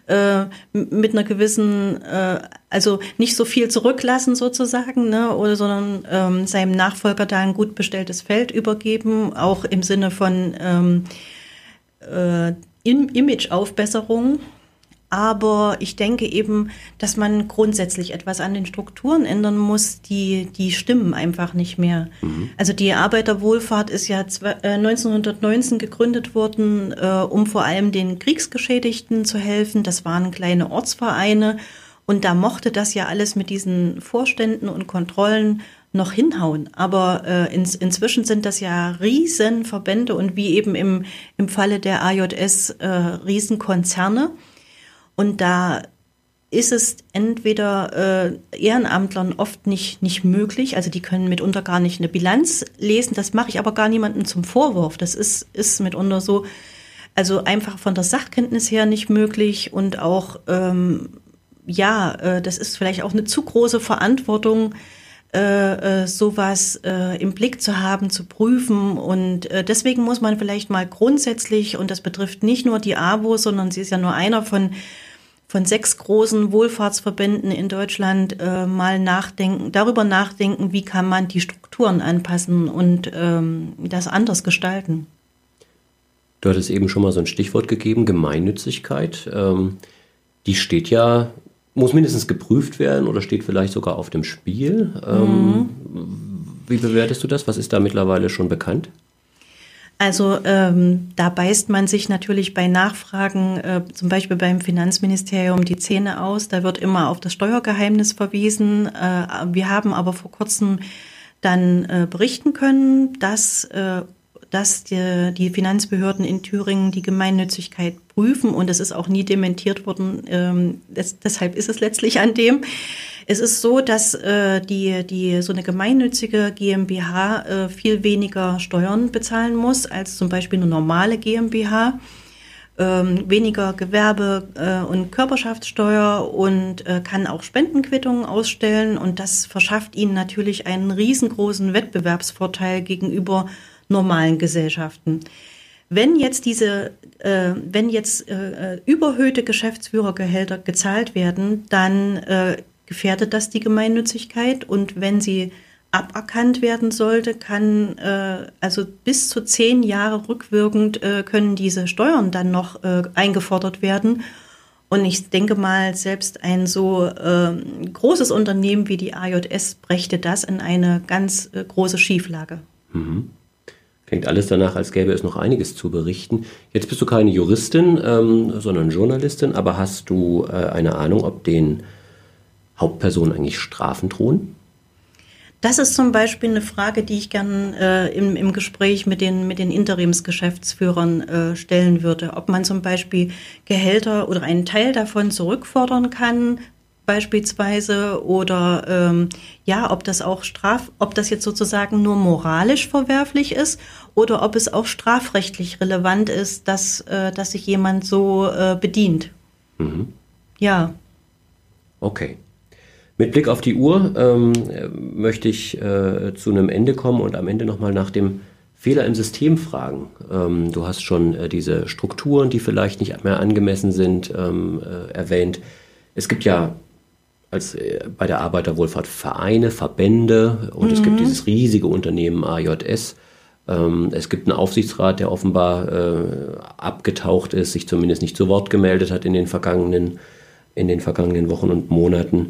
mit einer gewissen, also nicht so viel zurücklassen sozusagen, ne, oder sondern seinem Nachfolger da ein gut bestelltes Feld übergeben, auch im Sinne von Imageaufbesserung. Aber ich denke eben, dass man grundsätzlich etwas an den Strukturen ändern muss, die, die stimmen einfach nicht mehr. Mhm. Also die Arbeiterwohlfahrt ist ja neunzehnhundertneunzehn gegründet worden, äh, um vor allem den Kriegsgeschädigten zu helfen. Das waren kleine Ortsvereine, und da mochte das ja alles mit diesen Vorständen und Kontrollen noch hinhauen. Aber äh, ins, inzwischen sind das ja Riesenverbände und wie eben im, im Falle der A J S äh, Riesenkonzerne. Und da ist es entweder äh, Ehrenamtlern oft nicht, nicht möglich, also die können mitunter gar nicht eine Bilanz lesen, das mache ich aber gar niemandem zum Vorwurf. Das ist, ist mitunter so, also einfach von der Sachkenntnis her nicht möglich, und auch ähm, ja, äh, das ist vielleicht auch eine zu große Verantwortung, äh, äh, sowas äh, im Blick zu haben, zu prüfen. Und äh, deswegen muss man vielleicht mal grundsätzlich, und das betrifft nicht nur die A W O, sondern sie ist ja nur einer von von sechs großen Wohlfahrtsverbänden in Deutschland, äh, mal nachdenken, darüber nachdenken, wie kann man die Strukturen anpassen und ähm, das anders gestalten. Du hattest eben schon mal so ein Stichwort gegeben, Gemeinnützigkeit. Ähm, die steht ja, muss mindestens geprüft werden oder steht vielleicht sogar auf dem Spiel. Ähm, mhm. Wie bewertest du das? Was ist da mittlerweile schon bekannt? Also ähm, da beißt man sich natürlich bei Nachfragen, äh, zum Beispiel beim Finanzministerium, die Zähne aus. Da wird immer auf das Steuergeheimnis verwiesen. Äh, wir haben aber vor kurzem dann äh, berichten können, dass, äh, dass die, die Finanzbehörden in Thüringen die Gemeinnützigkeit prüfen. Und es ist auch nie dementiert worden. Ähm, das, deshalb ist es letztlich an dem. Es ist so, dass äh, die, die so eine gemeinnützige GmbH äh, viel weniger Steuern bezahlen muss als zum Beispiel eine normale GmbH. Ähm, weniger Gewerbe- äh, und Körperschaftssteuer und äh, kann auch Spendenquittungen ausstellen. Und das verschafft ihnen natürlich einen riesengroßen Wettbewerbsvorteil gegenüber normalen Gesellschaften. Wenn jetzt diese, äh, wenn jetzt äh, überhöhte Geschäftsführergehälter gezahlt werden, dann äh, gefährdet das die Gemeinnützigkeit, und wenn sie aberkannt werden sollte, kann äh, also bis zu zehn Jahre rückwirkend äh, können diese Steuern dann noch äh, eingefordert werden. Und ich denke mal, selbst ein so äh, großes Unternehmen wie die A J S brächte das in eine ganz äh, große Schieflage. Mhm. Klingt alles danach, als gäbe es noch einiges zu berichten. Jetzt bist du keine Juristin, ähm, sondern Journalistin, aber hast du äh, eine Ahnung, ob den Hauptpersonen eigentlich Strafen drohen? Das ist zum Beispiel eine Frage, die ich gern äh, im, im Gespräch mit den, mit den Interimsgeschäftsführern äh, stellen würde. Ob man zum Beispiel Gehälter oder einen Teil davon zurückfordern kann, beispielsweise, oder ähm, ja, ob das auch straf, ob das jetzt sozusagen nur moralisch verwerflich ist oder ob es auch strafrechtlich relevant ist, dass, äh, dass sich jemand so äh, bedient. Mhm. Ja. Okay. Mit Blick auf die Uhr ähm, möchte ich äh, zu einem Ende kommen und am Ende nochmal nach dem Fehler im System fragen. Ähm, du hast schon äh, diese Strukturen, die vielleicht nicht mehr angemessen sind, ähm, äh, erwähnt. Es gibt ja als äh, bei der Arbeiterwohlfahrt Vereine, Verbände, und mhm. es gibt dieses riesige Unternehmen A J S. Ähm, es gibt einen Aufsichtsrat, der offenbar äh, abgetaucht ist, sich zumindest nicht zu Wort gemeldet hat in den vergangenen, in den vergangenen Wochen und Monaten.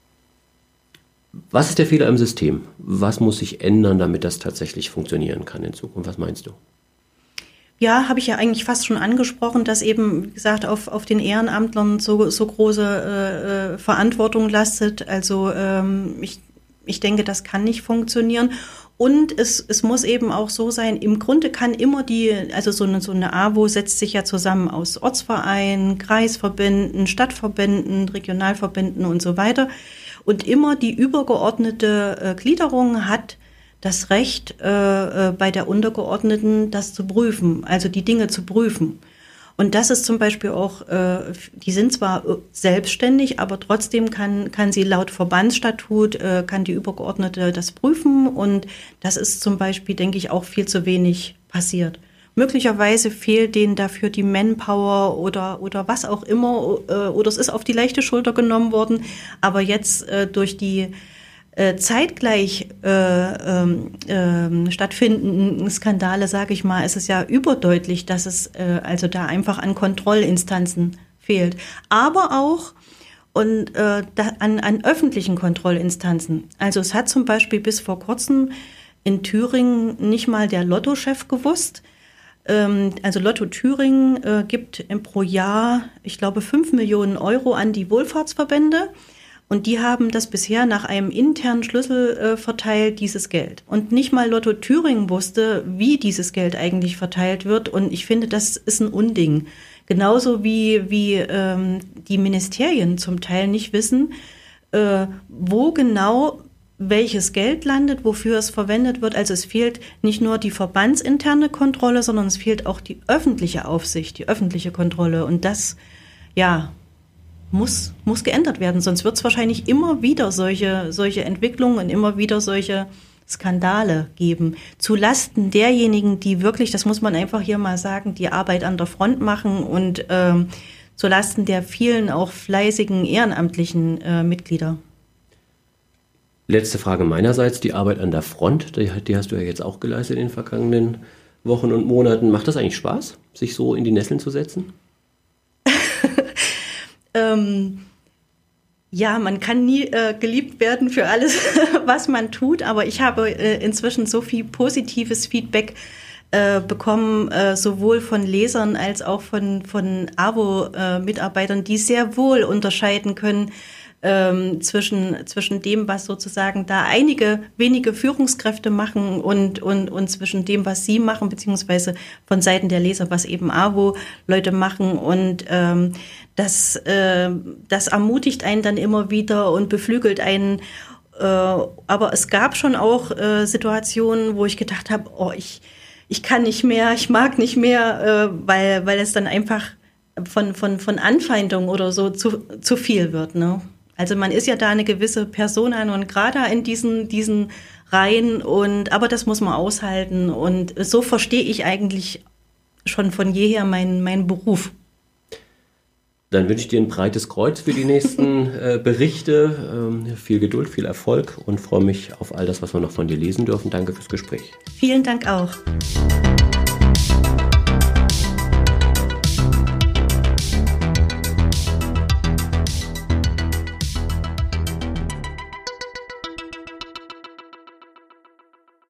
Was ist der Fehler im System? Was muss sich ändern, damit das tatsächlich funktionieren kann in Zukunft? Was meinst du? Ja, habe ich ja eigentlich fast schon angesprochen, dass eben, wie gesagt, auf, auf den Ehrenamtlern so, so große äh, Verantwortung lastet. Also ähm, ich, ich denke, das kann nicht funktionieren. Und es, es muss eben auch so sein, im Grunde kann immer die, also so eine, so eine A W O setzt sich ja zusammen aus Ortsvereinen, Kreisverbänden, Stadtverbänden, Regionalverbänden und so weiter. Und immer die übergeordnete äh, Gliederung hat das Recht, äh, äh, bei der Untergeordneten das zu prüfen, also die Dinge zu prüfen. Und das ist zum Beispiel auch, äh, die sind zwar selbstständig, aber trotzdem kann, kann sie laut Verbandsstatut, äh, kann die Übergeordnete das prüfen. Und das ist zum Beispiel, denke ich, auch viel zu wenig passiert. Möglicherweise fehlt denen dafür die Manpower oder, oder was auch immer, äh, oder es ist auf die leichte Schulter genommen worden. Aber jetzt äh, durch die äh, zeitgleich äh, äh, stattfindenden Skandale, sage ich mal, ist es ja überdeutlich, dass es äh, also da einfach an Kontrollinstanzen fehlt. Aber auch und, äh, da, an, an öffentlichen Kontrollinstanzen. Also es hat zum Beispiel bis vor kurzem in Thüringen nicht mal der Lottochef gewusst. Also Lotto Thüringen äh, gibt pro Jahr, ich glaube, fünf Millionen Euro an die Wohlfahrtsverbände. Und die haben das bisher nach einem internen Schlüssel äh, verteilt, dieses Geld. Und nicht mal Lotto Thüringen wusste, wie dieses Geld eigentlich verteilt wird. Und ich finde, das ist ein Unding. Genauso wie, wie ähm, die Ministerien zum Teil nicht wissen, äh, wo genau welches Geld landet, wofür es verwendet wird. Also es fehlt nicht nur die verbandsinterne Kontrolle, sondern es fehlt auch die öffentliche Aufsicht, die öffentliche Kontrolle. Und das, ja, muss, muss geändert werden. Sonst wird es wahrscheinlich immer wieder solche, solche Entwicklungen und immer wieder solche Skandale geben. Zu Lasten derjenigen, die wirklich, das muss man einfach hier mal sagen, die Arbeit an der Front machen und ähm, zu Lasten der vielen auch fleißigen ehrenamtlichen äh, Mitglieder. Letzte Frage meinerseits, die Arbeit an der Front, die, die hast du ja jetzt auch geleistet in den vergangenen Wochen und Monaten. Macht das eigentlich Spaß, sich so in die Nesseln zu setzen? ähm, ja, man kann nie äh, geliebt werden für alles, was man tut, aber ich habe äh, inzwischen so viel positives Feedback äh, bekommen, äh, sowohl von Lesern als auch von, von A W O-Mitarbeitern, die sehr wohl unterscheiden können, Ähm, zwischen, zwischen dem, was sozusagen da einige wenige Führungskräfte machen und, und, und zwischen dem, was sie machen, beziehungsweise von Seiten der Leser, was eben A W O-Leute machen. Und ähm, das, äh, das ermutigt einen dann immer wieder und beflügelt einen. Äh, aber es gab schon auch äh, Situationen, wo ich gedacht habe, oh, ich, ich kann nicht mehr, ich mag nicht mehr, äh, weil, weil es dann einfach von, von, von Anfeindung oder so zu, zu viel wird, ne? Also man ist ja da eine gewisse Persona non grata in diesen, diesen Reihen, und, aber das muss man aushalten. Und so verstehe ich eigentlich schon von jeher meinen, meinen Beruf. Dann wünsche ich dir ein breites Kreuz für die nächsten äh, Berichte. Ähm, viel Geduld, viel Erfolg und freue mich auf all das, was wir noch von dir lesen dürfen. Danke fürs Gespräch. Vielen Dank auch.